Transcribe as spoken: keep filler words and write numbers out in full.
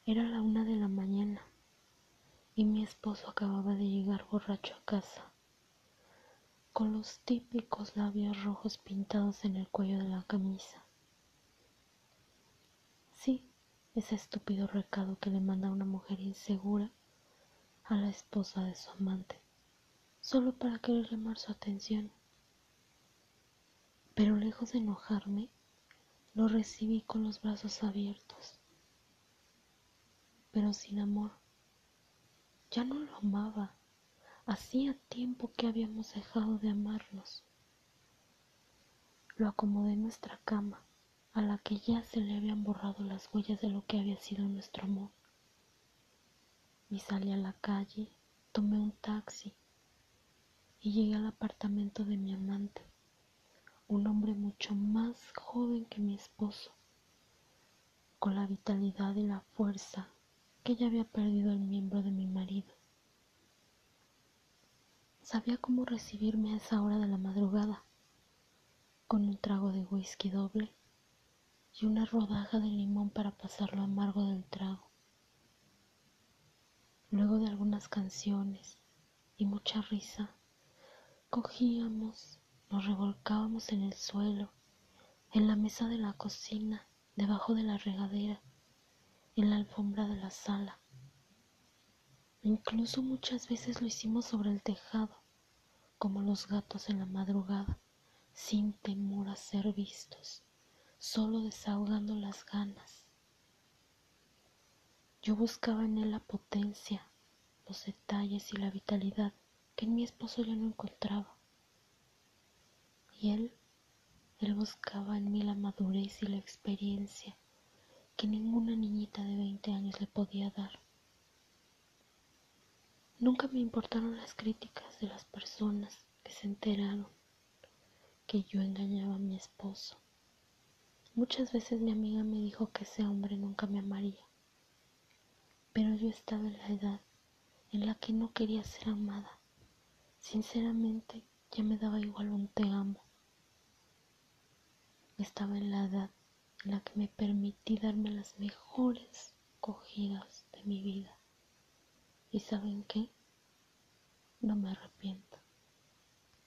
Era la una de la mañana y mi esposo acababa de llegar borracho a casa, con los típicos labios rojos pintados en el cuello de la camisa. Sí, ese estúpido recado que le manda una mujer insegura a la esposa de su amante, solo para querer llamar su atención. Pero lejos de enojarme, lo recibí con los brazos abiertos, pero sin amor. Ya no lo amaba. Hacía tiempo que habíamos dejado de amarnos. Lo acomodé en nuestra cama, a la que ya se le habían borrado las huellas de lo que había sido nuestro amor. Y salí a la calle, tomé un taxi y llegué al apartamento de mi amante, un hombre mucho más joven que mi esposo, con la vitalidad y la fuerza que ya había perdido el miembro de mi marido. Sabía cómo recibirme a esa hora de la madrugada, con un trago de whisky doble y una rodaja de limón para pasar lo amargo del trago. Luego de algunas canciones y mucha risa, cogíamos, nos revolcábamos en el suelo, en la mesa de la cocina, debajo de la regadera, en la alfombra de la sala. Incluso muchas veces lo hicimos sobre el tejado, como los gatos en la madrugada, sin temor a ser vistos, solo desahogando las ganas. Yo buscaba en él la potencia, los detalles y la vitalidad que en mi esposo ya no encontraba. Y él, él buscaba en mí la madurez y la experiencia que ninguna niñita de veinte años le podía dar. Nunca me importaron las críticas de las personas que se enteraron que yo engañaba a mi esposo. Muchas veces mi amiga me dijo que ese hombre nunca me amaría, pero yo estaba en la edad en la que no quería ser amada. Sinceramente, ya me daba igual un te amo. Estaba en la edad en la que me permití darme las mejores cogidas de mi vida. ¿Y saben qué? No me arrepiento.